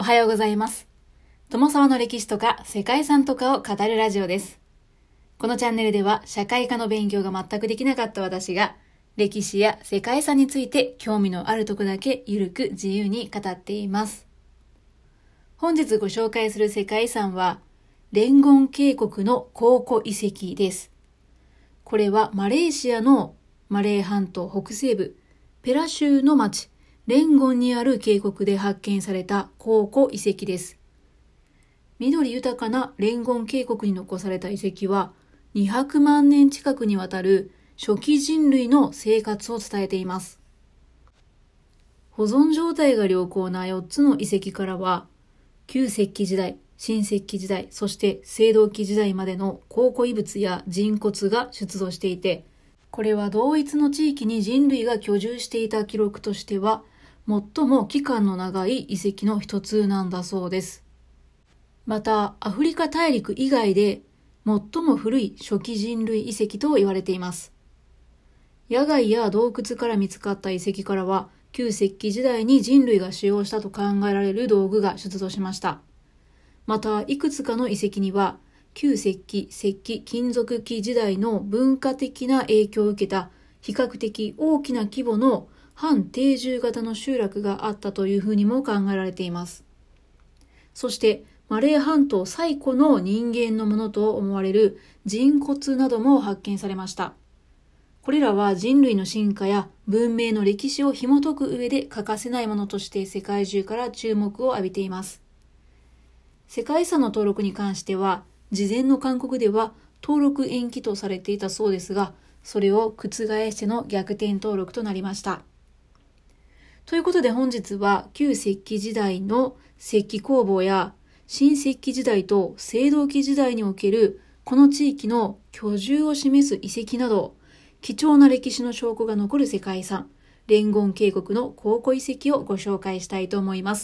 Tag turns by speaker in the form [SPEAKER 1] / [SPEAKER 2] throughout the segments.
[SPEAKER 1] はようございます。友沢の歴史とか世界遺産とかを語るラジオです。このチャンネルでは社会科の勉強が全くできなかった私が歴史や世界遺産について興味のあるとこだけゆるく自由に語っています。本日ご紹介する世界遺産はレンゴン渓谷の考古遺跡です。これはマレーシアのマレー半島北西部ペラ州の町レンゴンにある渓谷で発見された考古遺跡です。緑豊かなレンゴン渓谷に残された遺跡は200万年近くにわたる初期人類の生活を伝えています。保存状態が良好な4つの遺跡からは旧石器時代、新石器時代、そして青銅器時代までの考古遺物や人骨が出土していて、これは同一の地域に人類が居住していた記録としては最も期間の長い遺跡の一つなんだそうです。また、アフリカ大陸以外で最も古い初期人類遺跡と言われています。野外や洞窟から見つかった遺跡からは、旧石器時代に人類が使用したと考えられる道具が出土しました。また、いくつかの遺跡には、旧石器、石器、金属器時代の文化的な影響を受けた比較的大きな規模の半定住型の集落があったというふうにも考えられています。そしてマレー半島最古の人間のものと思われる人骨なども発見されました。これらは人類の進化や文明の歴史を紐解く上で欠かせないものとして世界中から注目を浴びています。世界遺産の登録に関しては事前の勧告では登録延期とされていたそうですが、それを覆しての逆転登録となりました。ということで本日は旧石器時代の石器工房や新石器時代と青銅器時代におけるこの地域の居住を示す遺跡など貴重な歴史の証拠が残る世界遺産レンゴン渓谷の考古遺跡をご紹介したいと思います。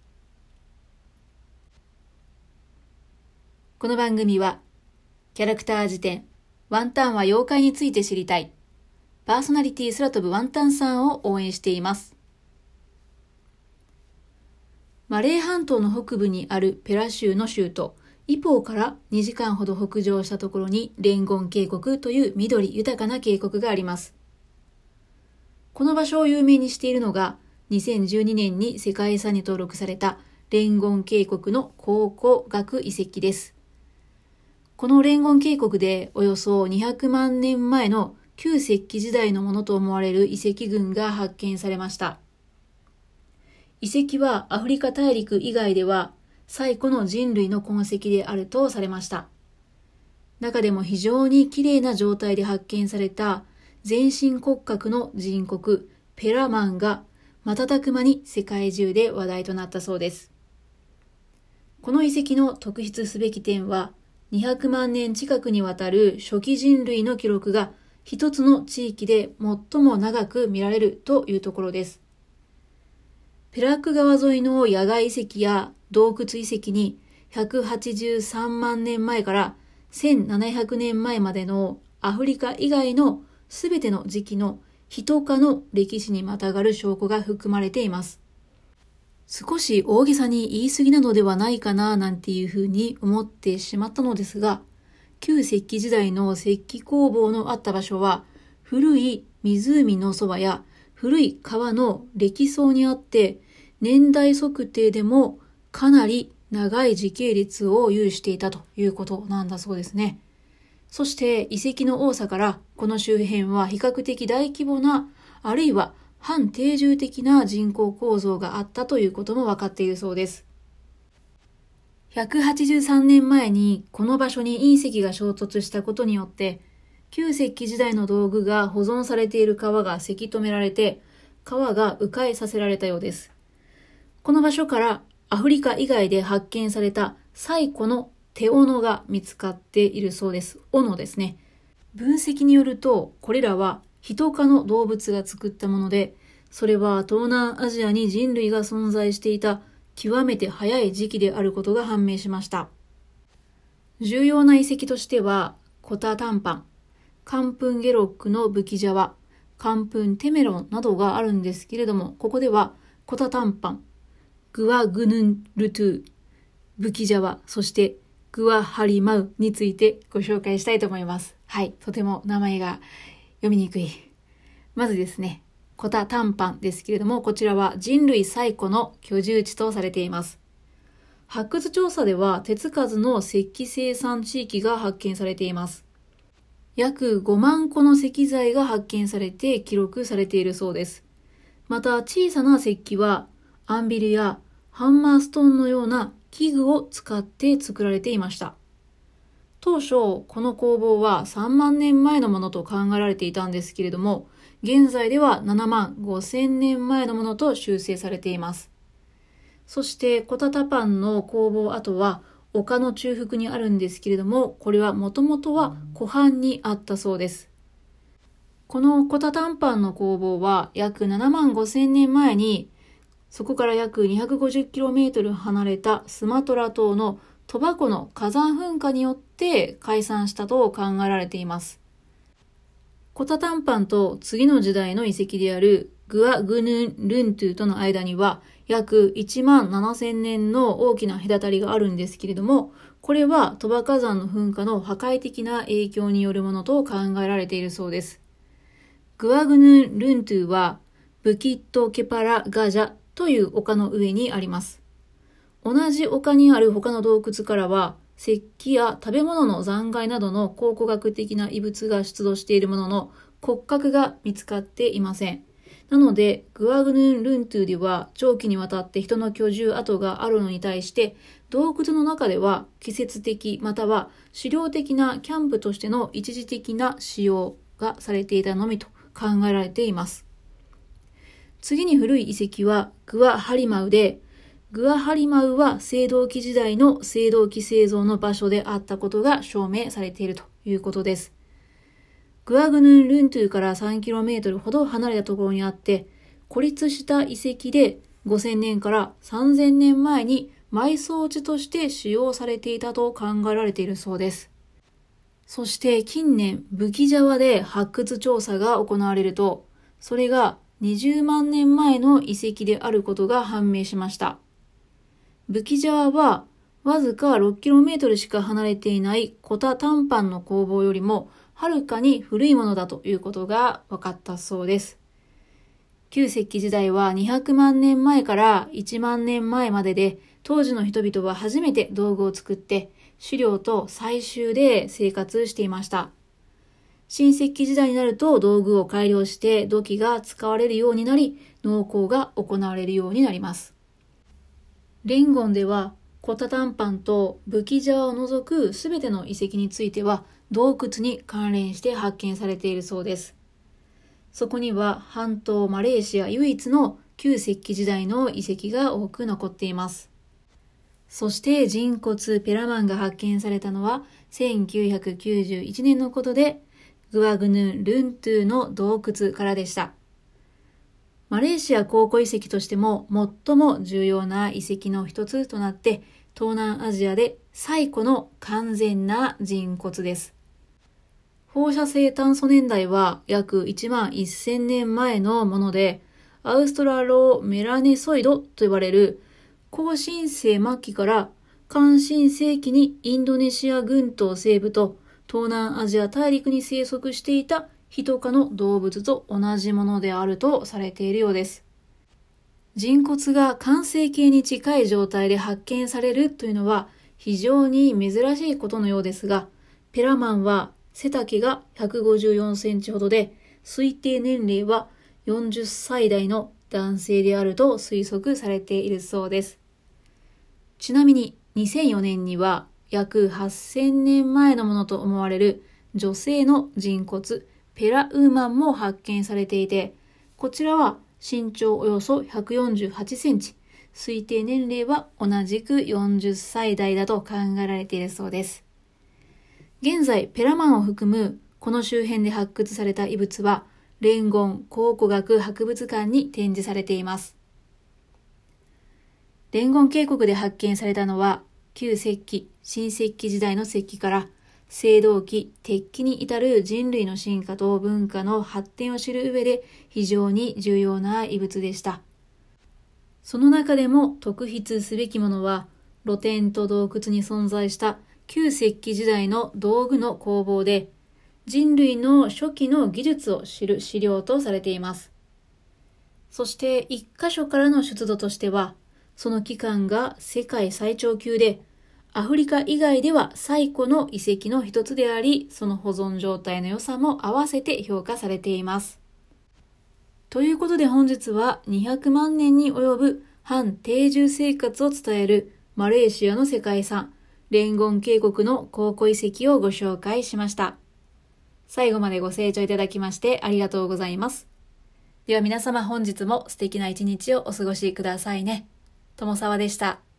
[SPEAKER 1] この番組はキャラクター辞典ワンタンは妖怪について知りたいパーソナリティ空飛ぶワンタンさんを応援しています。マレー半島の北部にあるペラ州の州都イポーから2時間ほど北上したところにレンゴン渓谷という緑豊かな渓谷があります。この場所を有名にしているのが2012年に世界遺産に登録されたレンゴン渓谷の考古学遺跡です。このレンゴン渓谷でおよそ200万年前の旧石器時代のものと思われる遺跡群が発見されました。遺跡はアフリカ大陸以外では最古の人類の痕跡であるとされました。中でも非常に綺麗な状態で発見された全身骨格の人骨ペラマンが瞬く間に世界中で話題となったそうです。この遺跡の特筆すべき点は200万年近くにわたる初期人類の記録が一つの地域で最も長く見られるというところです。ペラック川沿いの野外遺跡や洞窟遺跡に183万年前から1700年前までのアフリカ以外のすべての時期のヒト科の歴史にまたがる証拠が含まれています。少し大げさに言い過ぎなのではないかななんていうふうに思ってしまったのですが、旧石器時代の石器工房のあった場所は古い湖のそばや古い川の礫層にあって年代測定でもかなり長い時系列を有していたということなんだそうですね。そして遺跡の多さからこの周辺は比較的大規模なあるいは半定住的な人口構造があったということも分かっているそうです。183年前にこの場所に隕石が衝突したことによって旧石器時代の道具が保存されている川がせき止められて川が迂回させられたようです。この場所からアフリカ以外で発見された最古の手斧が見つかっているそうです。斧ですね。分析によるとこれらはヒト科の動物が作ったもので、それは東南アジアに人類が存在していた極めて早い時期であることが判明しました。重要な遺跡としてはコタタンパン、カンプンゲロックのブキジャワ、カンプンテメロンなどがあるんですけれども、ここではコタタンパン、 グワグヌンルトゥ、ブキジャワ、そしてグワハリマウについてご紹介したいと思います。はい、とても名前が読みにくい。まずですね、コタタンパンですけれども、こちらは人類最古の居住地とされています。発掘調査では手つかずの石器生産地域が発見されています。約5万個の石材が発見されて記録されているそうです。また小さな石器はアンビルやハンマーストーンのような器具を使って作られていました。当初、この工房は3万年前のものと考えられていたんですけれども、現在では7万5千年前のものと修正されています。そしてコタタパンの工房跡は丘の中腹にあるんですけれども、これはもともとは湖畔にあったそうです。このコタタンパンの工房は約7万5千年前に、そこから約 250km 離れたスマトラ島のトバコの火山噴火によって解散したと考えられています。コタタンパンと次の時代の遺跡であるグワグヌンルントゥとの間には約1万7000年の大きな隔たりがあるんですけれども、これはトバ火山の噴火の破壊的な影響によるものと考えられているそうです。グワグヌンルントゥはブキットケパラガジャという丘の上にあります。同じ丘にある他の洞窟からは石器や食べ物の残骸などの考古学的な遺物が出土しているものの骨格が見つかっていません。なので、グワグヌンルントゥでは長期にわたって人の居住跡があるのに対して、洞窟の中では季節的または狩猟的なキャンプとしての一時的な使用がされていたのみと考えられています。次に古い遺跡はグワハリマウで、グワハリマウは青銅器時代の青銅器製造の場所であったことが証明されているということです。グワグヌンルントゥから 3km ほど離れたところにあって、孤立した遺跡で5000年から3000年前に埋葬地として使用されていたと考えられているそうです。そして近年、ブキジャワで発掘調査が行われると、それが20万年前の遺跡であることが判明しました。ブキジャワはわずか 6km しか離れていないコタタンパンの工房よりもはるかに古いものだということが分かったそうです。旧石器時代は200万年前から1万年前までで、当時の人々は初めて道具を作って狩猟と採集で生活していました。新石器時代になると道具を改良して土器が使われるようになり、農耕が行われるようになります。レンゴンではコタタンパンとブキジャワを除くすべての遺跡については洞窟に関連して発見されているそうです。そこには半島マレーシア唯一の旧石器時代の遺跡が多く残っています。そして人骨ペラマンが発見されたのは1991年のことで、グワグヌンルントゥの洞窟からでした。マレーシア考古遺跡としても最も重要な遺跡の一つとなって、東南アジアで最古の完全な人骨です。放射性炭素年代は約1万1000年前のもので、アウストラロメラネソイドと呼ばれる後新世末期から環新世紀にインドネシア群島西部と東南アジア大陸に生息していた人科の動物と同じものであるとされているようです。人骨が完成形に近い状態で発見されるというのは非常に珍しいことのようですが、ペラマンは背丈が154センチほどで、推定年齢は40歳代の男性であると推測されているそうです。ちなみに2004年には約8000年前のものと思われる女性の人骨ペラウーマンも発見されていて、こちらは身長およそ148センチ、推定年齢は同じく40歳代だと考えられているそうです。現在、ペラマンを含むこの周辺で発掘された遺物は、レンゴン考古学博物館に展示されています。レンゴン渓谷で発見されたのは、旧石器、新石器時代の石器から、青銅器、鉄器に至る人類の進化と文化の発展を知る上で非常に重要な遺物でした。 その中でも特筆すべきものは、露天と洞窟に存在した旧石器時代の道具の工房で、人類の初期の技術を知る資料とされています。そして一箇所からの出土としては、その期間が世界最長級で、アフリカ以外では最古の遺跡の一つであり、その保存状態の良さも合わせて評価されています。ということで本日は200万年に及ぶ半定住生活を伝えるマレーシアの世界遺産、レンゴン渓谷の考古遺跡をご紹介しました。最後までご清聴いただきましてありがとうございます。では皆様本日も素敵な一日をお過ごしくださいね。友沢でした。